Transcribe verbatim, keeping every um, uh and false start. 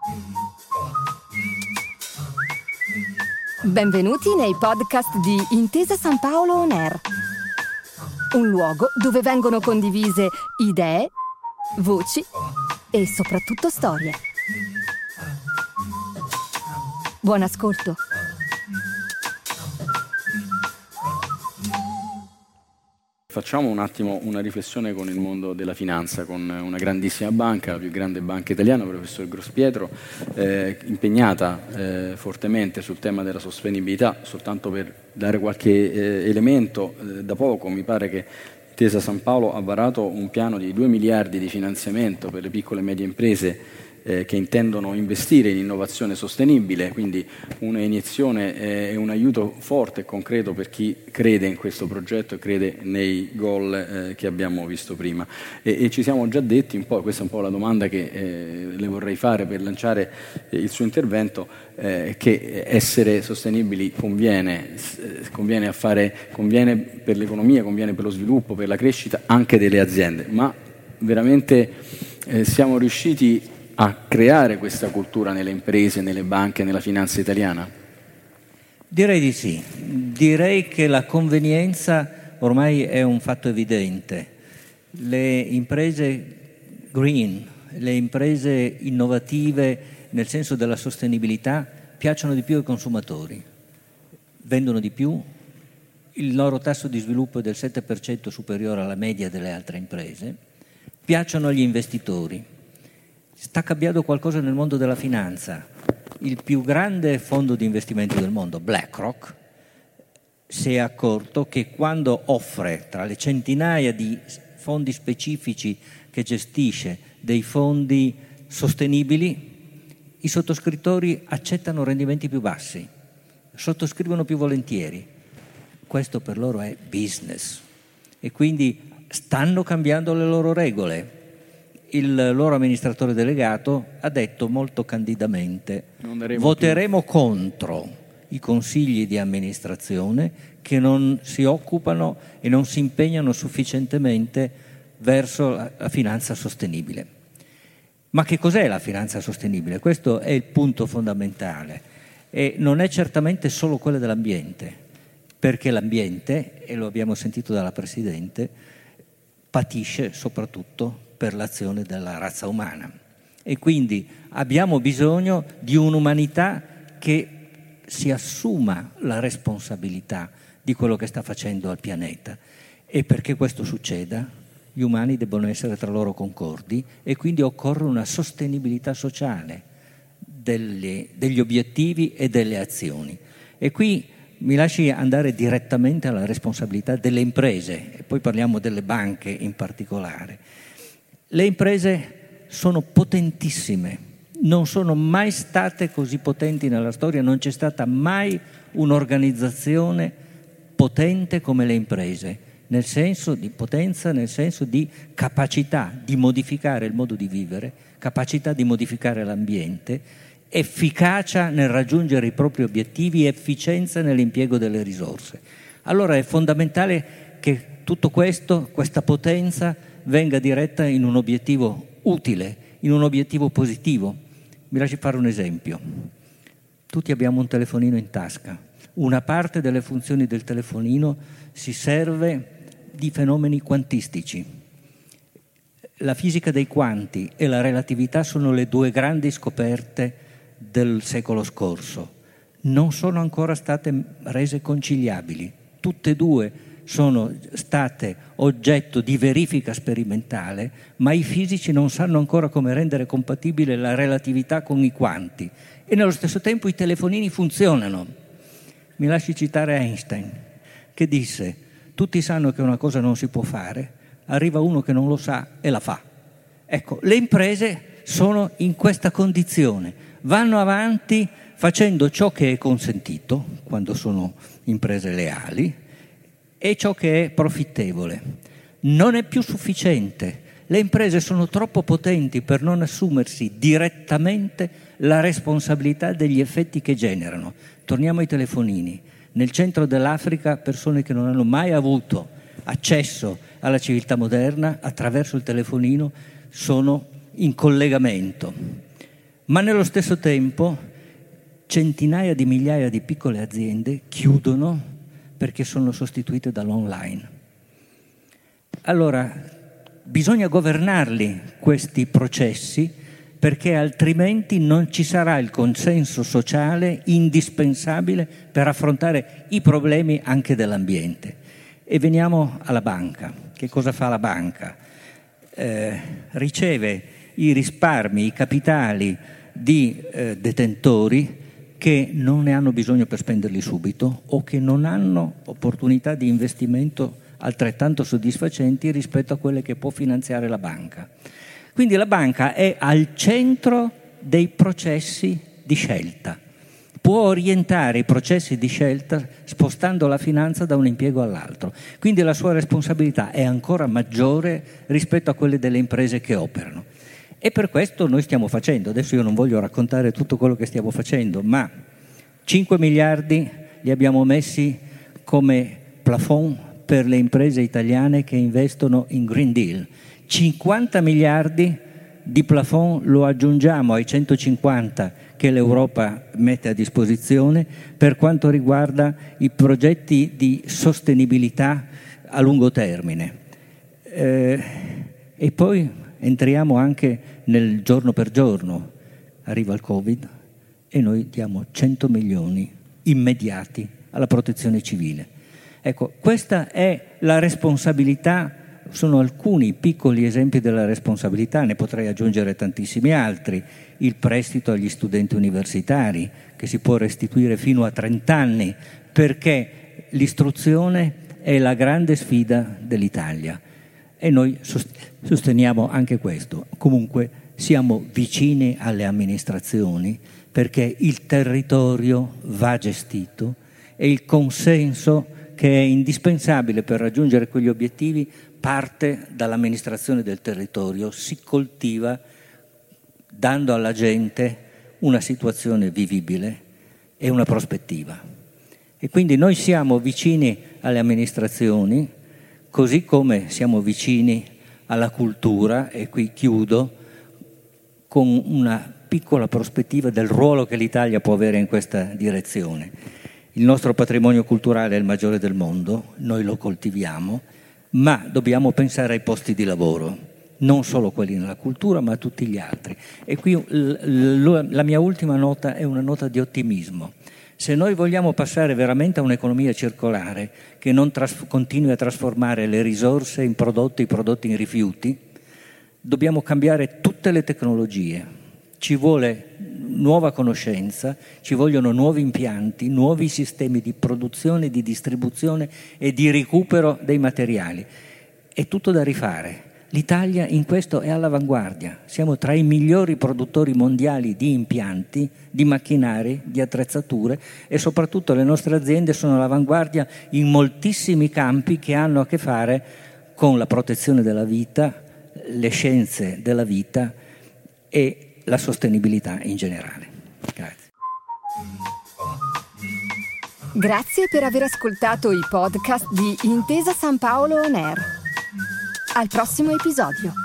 Benvenuti nei podcast di Intesa San Paolo On Air, un luogo dove vengono condivise idee, voci e soprattutto storie. Buon ascolto. Facciamo un attimo una riflessione con il mondo della finanza, con una grandissima banca, la più grande banca italiana, professor Grospietro, eh, impegnata eh, fortemente sul tema della sostenibilità. Soltanto per dare qualche eh, elemento, eh, da poco mi pare che Intesa San Paolo ha varato un piano di due miliardi di finanziamento per le piccole e medie imprese eh, che intendono investire in innovazione sostenibile, quindi un'iniezione e eh, un aiuto forte e concreto per chi crede in questo progetto e crede nei goal eh, che abbiamo visto prima. E, e ci siamo già detti un po', questa è un po' la domanda che eh, le vorrei fare per lanciare eh, il suo intervento, eh, che essere sostenibili conviene, eh, conviene, a fare, conviene per l'economia, conviene per lo sviluppo, per la crescita anche delle aziende, ma veramente eh, siamo riusciti a creare questa cultura nelle imprese, nelle banche, nella finanza italiana? Direi di sì. Direi che la convenienza ormai è un fatto evidente. Le imprese green, le imprese innovative nel senso della sostenibilità piacciono di più ai consumatori, vendono di più, il loro tasso di sviluppo è del sette per cento superiore alla media delle altre imprese, piacciono agli investitori. Sta cambiando qualcosa nel mondo della finanza. Il più grande fondo di investimento del mondo, BlackRock, si è accorto che quando offre tra le centinaia di fondi specifici che gestisce dei fondi sostenibili, i sottoscrittori accettano rendimenti più bassi, sottoscrivono più volentieri. Questo per loro è business e quindi stanno cambiando le loro regole. Il loro amministratore delegato ha detto molto candidamente: voteremo più contro i consigli di amministrazione che non si occupano e non si impegnano sufficientemente verso la, la finanza sostenibile. Ma che cos'è la finanza sostenibile? Questo è il punto fondamentale e non è certamente solo quella dell'ambiente, perché l'ambiente, e lo abbiamo sentito dalla Presidente, patisce soprattutto per l'azione della razza umana e quindi abbiamo bisogno di un'umanità che si assuma la responsabilità di quello che sta facendo al pianeta, e perché questo succeda gli umani debbono essere tra loro concordi e quindi occorre una sostenibilità sociale delle, degli obiettivi e delle azioni. E qui mi lasci andare direttamente alla responsabilità delle imprese e poi parliamo delle banche in particolare. Le imprese sono potentissime, non sono mai state così potenti nella storia, non c'è stata mai un'organizzazione potente come le imprese, nel senso di potenza, nel senso di capacità di modificare il modo di vivere, capacità di modificare l'ambiente, efficacia nel raggiungere i propri obiettivi, efficienza nell'impiego delle risorse. Allora è fondamentale che tutto questo, questa potenza, venga diretta in un obiettivo utile, in un obiettivo positivo. Mi lasci fare un esempio. Tutti abbiamo un telefonino in tasca. Una parte delle funzioni del telefonino si serve di fenomeni quantistici. La fisica dei quanti e la relatività sono le due grandi scoperte del secolo scorso. Non sono ancora state rese conciliabili. Tutte e due sono state oggetto di verifica sperimentale, ma i fisici non sanno ancora come rendere compatibile la relatività con i quanti e nello stesso tempo i telefonini funzionano. Mi lasci citare Einstein, che disse: tutti sanno che una cosa non si può fare, arriva uno che non lo sa e la fa. Ecco, le imprese sono in questa condizione, vanno avanti facendo ciò che è consentito quando sono imprese leali e ciò che è profittevole. Non è più sufficiente. Le imprese sono troppo potenti per non assumersi direttamente la responsabilità degli effetti che generano. Torniamo ai telefonini. Nel centro dell'Africa persone che non hanno mai avuto accesso alla civiltà moderna attraverso il telefonino sono in collegamento. Ma nello stesso tempo centinaia di migliaia di piccole aziende chiudono perché sono sostituite dall'online. Allora, bisogna governarli questi processi, perché altrimenti non ci sarà il consenso sociale indispensabile per affrontare i problemi anche dell'ambiente. E veniamo alla banca. Che cosa fa la banca? Eh, riceve i risparmi, i capitali di eh, detentori che non ne hanno bisogno per spenderli subito o che non hanno opportunità di investimento altrettanto soddisfacenti rispetto a quelle che può finanziare la banca. Quindi la banca è al centro dei processi di scelta, può orientare i processi di scelta spostando la finanza da un impiego all'altro, quindi la sua responsabilità è ancora maggiore rispetto a quelle delle imprese che operano. E per questo noi stiamo facendo, adesso io non voglio raccontare tutto quello che stiamo facendo, ma cinque miliardi li abbiamo messi come plafond per le imprese italiane che investono in Green Deal. cinquanta miliardi di plafond lo aggiungiamo ai centocinquanta che l'Europa mette a disposizione per quanto riguarda i progetti di sostenibilità a lungo termine. Eh, e poi entriamo anche nel giorno per giorno. Arriva il Covid e noi diamo cento milioni immediati alla protezione civile. Ecco, questa è la responsabilità. Sono alcuni piccoli esempi della responsabilità, ne potrei aggiungere tantissimi altri. Il prestito agli studenti universitari, che si può restituire fino a trenta anni, perché l'istruzione è la grande sfida dell'Italia. E noi sosteniamo anche questo. Comunque siamo vicini alle amministrazioni, perché il territorio va gestito e il consenso che è indispensabile per raggiungere quegli obiettivi parte dall'amministrazione del territorio, si coltiva dando alla gente una situazione vivibile e una prospettiva. E quindi noi siamo vicini alle amministrazioni, così come siamo vicini alla cultura, e qui chiudo con una piccola prospettiva del ruolo che l'Italia può avere in questa direzione. Il nostro patrimonio culturale è il maggiore del mondo, noi lo coltiviamo, ma dobbiamo pensare ai posti di lavoro, non solo quelli nella cultura, ma tutti gli altri. E qui la mia ultima nota è una nota di ottimismo. Se noi vogliamo passare veramente a un'economia circolare che non tras- continui a trasformare le risorse in prodotti, i prodotti in rifiuti, dobbiamo cambiare tutte le tecnologie. Ci vuole nuova conoscenza, ci vogliono nuovi impianti, nuovi sistemi di produzione, di distribuzione e di recupero dei materiali. È tutto da rifare. L'Italia in questo è all'avanguardia. Siamo tra i migliori produttori mondiali di impianti, di macchinari, di attrezzature, e soprattutto le nostre aziende sono all'avanguardia in moltissimi campi che hanno a che fare con la protezione della vita, le scienze della vita e la sostenibilità in generale. Grazie. Grazie per aver ascoltato i podcast di Intesa San Paolo On Air. Al prossimo episodio.